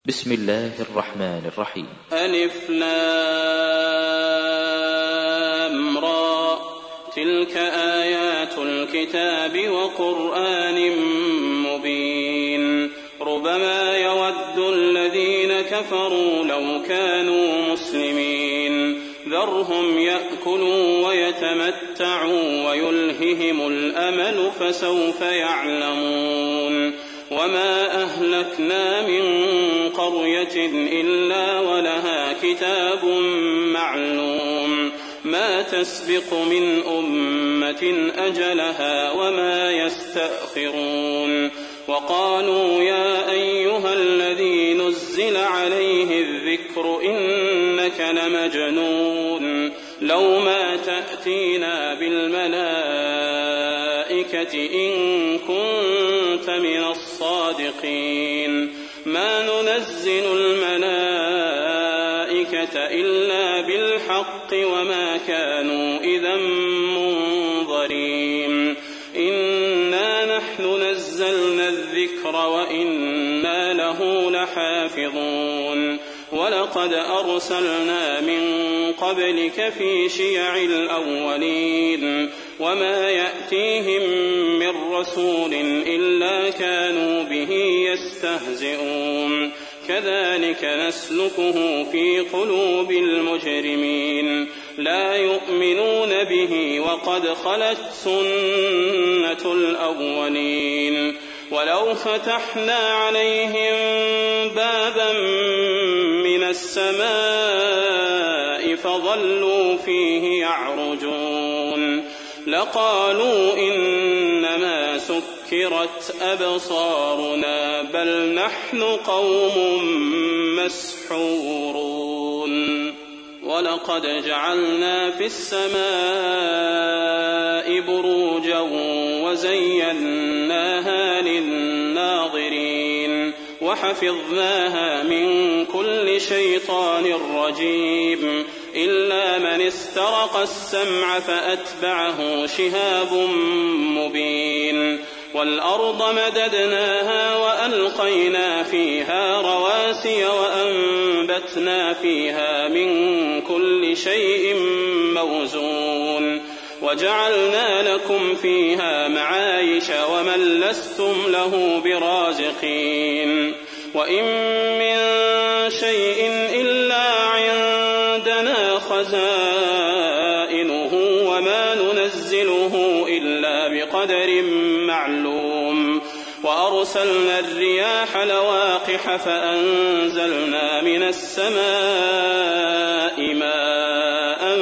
بسم الله الرحمن الرحيم. ألف لام را، تلك آيات الكتاب وقرآن مبين. ربما يود الذين كفروا لو كانوا مسلمين، ذرهم يأكلوا ويتمتعوا ويلههم الأمل فسوف يعلمون. وما أهلكنا من قرية إلا ولها كتاب معلوم، ما تسبق من أمة أجلها وما يستأخرون. وقالوا يا أيها الذي نزل عليه الذكر إنك لمجنون، لو ما تأتينا بالملائكة إن كنت من الصادقين. ما ننزل الملائكة إلا بالحق وما كانوا إذا منظرين. إنا نحن نزلنا الذكر وإنا له لحافظون. ولقد أرسلنا من قبلك في شيع الأولين، وما يأتيهم من رسول إلا كانوا به يستهزئون. كذلك نسلكه في قلوب المجرمين، لا يؤمنون به وقد خلت سنة الأولين. ولو فتحنا عليهم بابا من السماء فظلوا فيه يعرجون لقالوا إنما سكرت أبصارنا بل نحن قوم مسحورون. ولقد جعلنا في السماء بروجا وزيناها للناظرين وحفظناها من كل شيطان رجيم إلا من استرق السمع فأتبعه شهاب مبين. والأرض مددناها وألقينا فيها رواسي وأنبتنا فيها من كل شيء موزون وجعلنا لكم فيها معايش ومن لستم له برازقين. وإن من شيء إلا عندنا خزائنه وما ننزله إلا بقدر معلوم. وأرسلنا الرياح لواقح فأنزلنا من السماء ماء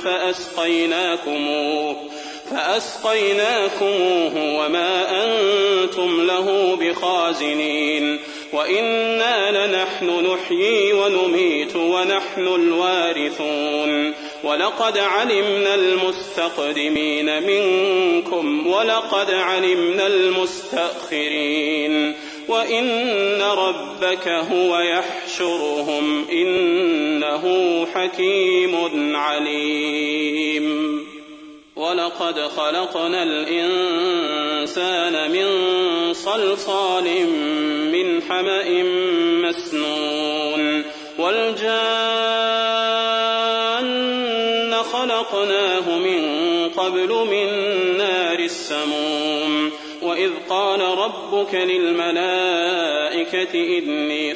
فأسقيناكموه وما أنتم له بخازنين. وإنا لنحن نحيي ونميت ونحن الوارثون. ولقد علمنا المستقدمين منكم ولقد علمنا المستأخرين. وإن ربك هو يحشرهم إنه حكيم عليم. ولقد خلقنا الإنسان من صلصال من حمأ مسنون والجان خلقناه من قبل من نار السموم. وإذ قال ربك للملائكة إني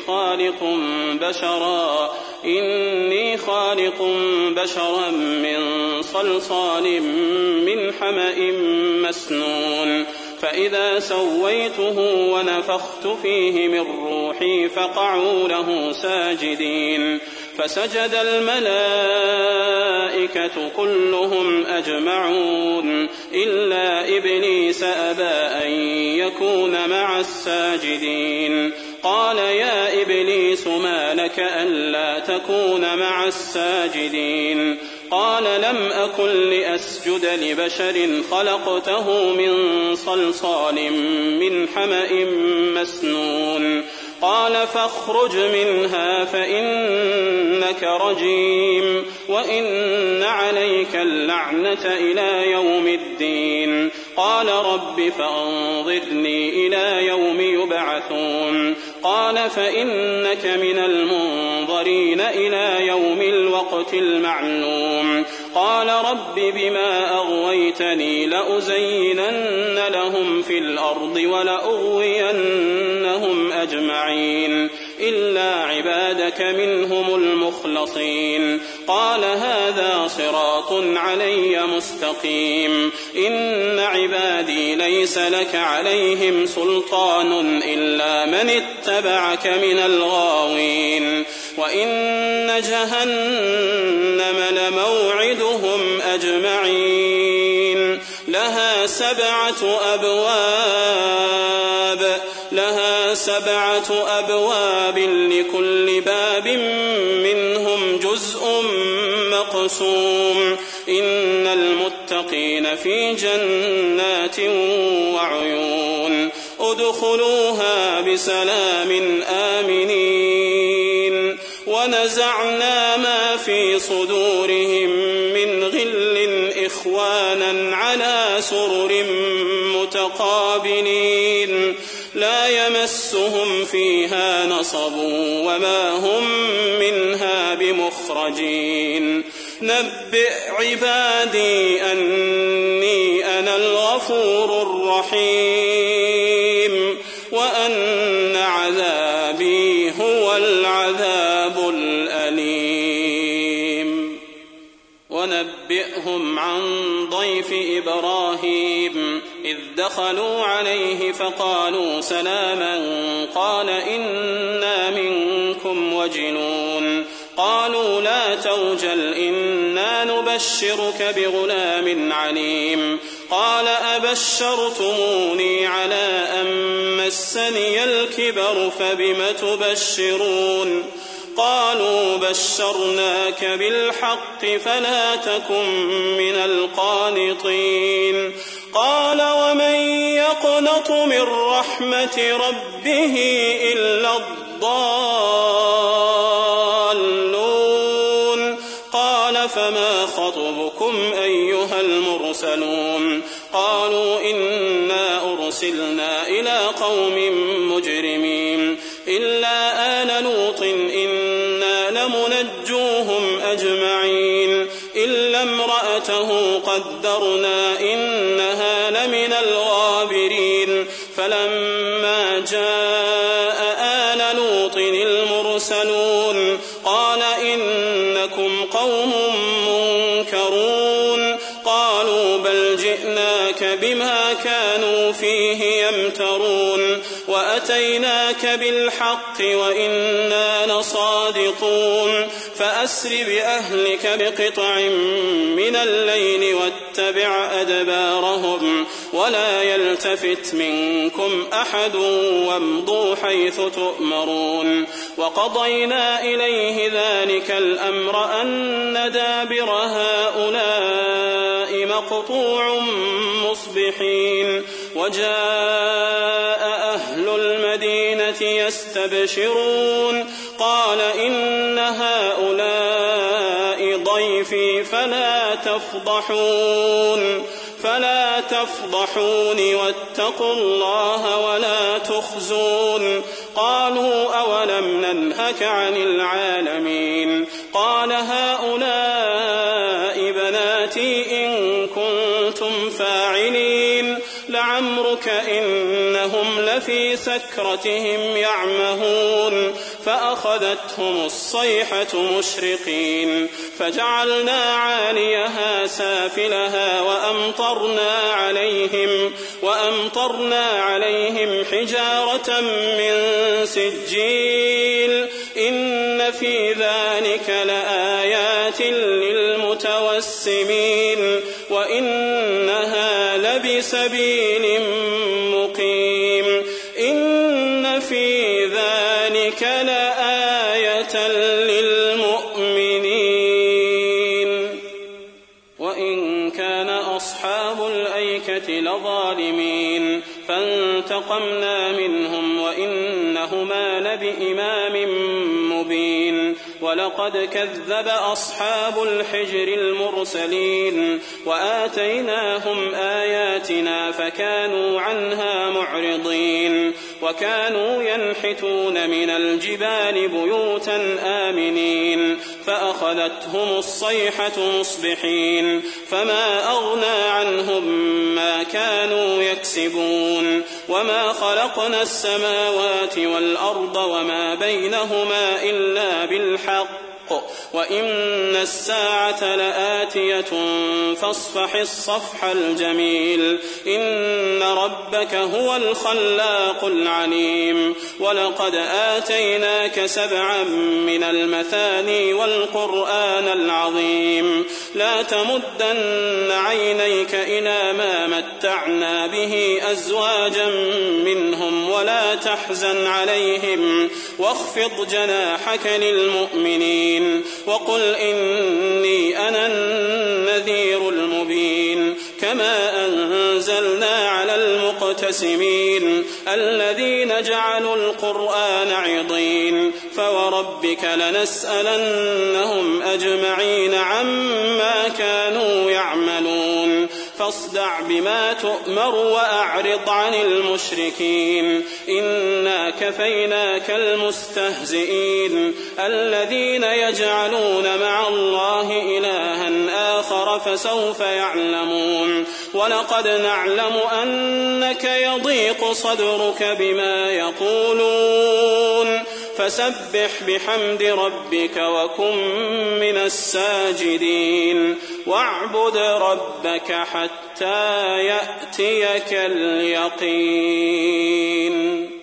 خالق بشرا من صلصال من حمأ مسنون فإذا سويته ونفخت فيه من روحي فقعوا له ساجدين. فسجد الملائكة كلهم أجمعون إلا إبليس أبى أن يكون مع الساجدين. قال يا إبليس ما لك ألا تكون مع الساجدين؟ قال لم أكن لأسجد لبشر خلقته من صلصال من حمأ مسنون. قال فاخرج منها فإنك رجيم وإن عليك اللعنة إلى يوم الدين. قال رب فأنظرني إلى يوم يبعثون. قال فإنك من المنظرين إلى يوم الوقت المعلوم قال رب بما أغويتني لأزينن لهم في الأرض ولأغوينهم أجمعين إلا عبادك منهم المخلصين قال هذا صراط علي مستقيم إن عبادي ليس لك عليهم سلطان إلا من اتبعك من الغاوين وإن جهنم لموعدهم أجمعين لها 7 أبواب لكل باب منهم جزء مقسوم إن المتقين في جنات وعيون ادخلوها بسلام آمنين ونزعنا ما في صدورهم من غل إخوانا على سرر متقابلين لا يمسهم فيها نصب وما هم منها بمخرجين نبئ عبادي أني أنا الغفور الرحيم وأن عذابي هو العذاب الأليم ونبئهم عن ضيف إبراهيم إذ دخلوا عليه فقالوا سلاما قال إنا منكم وجلون قالوا لا توجل إنا نبشرك بغلام عليم قال أبشرتموني على أن مسني الكبر فبم تبشرون قالوا بشرناك بالحق فلا تكن من القانطين قال ومن يقنط من رحمة ربه إلا الضالون قال فما خطبكم أيها المرسلون قالوا إنا أرسلنا إلى قوم مجرمين إلا آل لوط إنا لمنجوهم أجمعين إلا امرأته قدرنا إنها لمن الغابرين فلما جاء آل لوط المرسلون قال إنكم قوم منكرون قالوا بل جئناك بما كانوا فيه يمترون وأتيناك بالحق وإنا لصادقون فأسر بأهلك بقطع من الليل واتبع أدبارهم ولا يلتفت منكم أحد وامضوا حيث تؤمرون وقضينا إليه ذلك الأمر أن دابر هؤلاء مقطوع مصبحين وجاء أهل المدينة يستبشرون قال إن هؤلاء ضيفي فلا تفضحون واتقوا الله ولا تخزون قالوا أولم ننهك عن العالمين قال هؤلاء بناتي إن كنتم فاعلين لعمرك إنهم لفي سكرتهم يعمهون فأخذتهم الصيحة مشرقين فجعلنا عاليها سافلها وأمطرنا عليهم حجارة من سجيل إن في ذلك لآيات للمتوسمين وإنها لبسبيل مقيم إن في ذلك لآية للمؤمنين وإن كان أصحاب الأيكة لظالمين فانتقمنا منهم وإنهما لبإمام مبين ولقد كذب أصحاب الحجر المرسلين وآتيناهم آياتنا فكانوا عنها معرضين وكانوا ينحتون من الجبال بيوتا آمنين فأخذتهم الصيحة مصبحين فما أغنى عنهم ما كانوا يكسبون وما خلقنا السماوات والأرض وما بينهما إلا بالحق وإن الساعة لآتية فاصفح الصفح الجميل إن ربك هو الخلاق العليم ولقد آتيناك 7 من المثاني والقرآن العظيم لا تمدن عينيك إلى ما متعنا به أزواجا منهم ولا تحزن عليهم واخفض جناحك للمؤمنين وقل إني أنا النذير المبين كما أنزلنا على المقتسمين الذين جعلوا القرآن عضين فوربك لنسألنهم أجمعين عما كانوا يعملون فاصدع بما تؤمر وأعرض عن المشركين إنا كفيناك المستهزئين الذين يجعلون مع الله إلها آخر فسوف يعلمون ولقد نعلم أنك يضيق صدرك بما يقولون فسبح بحمد ربك وكن من الساجدين واعبد ربك حتى يأتيك اليقين.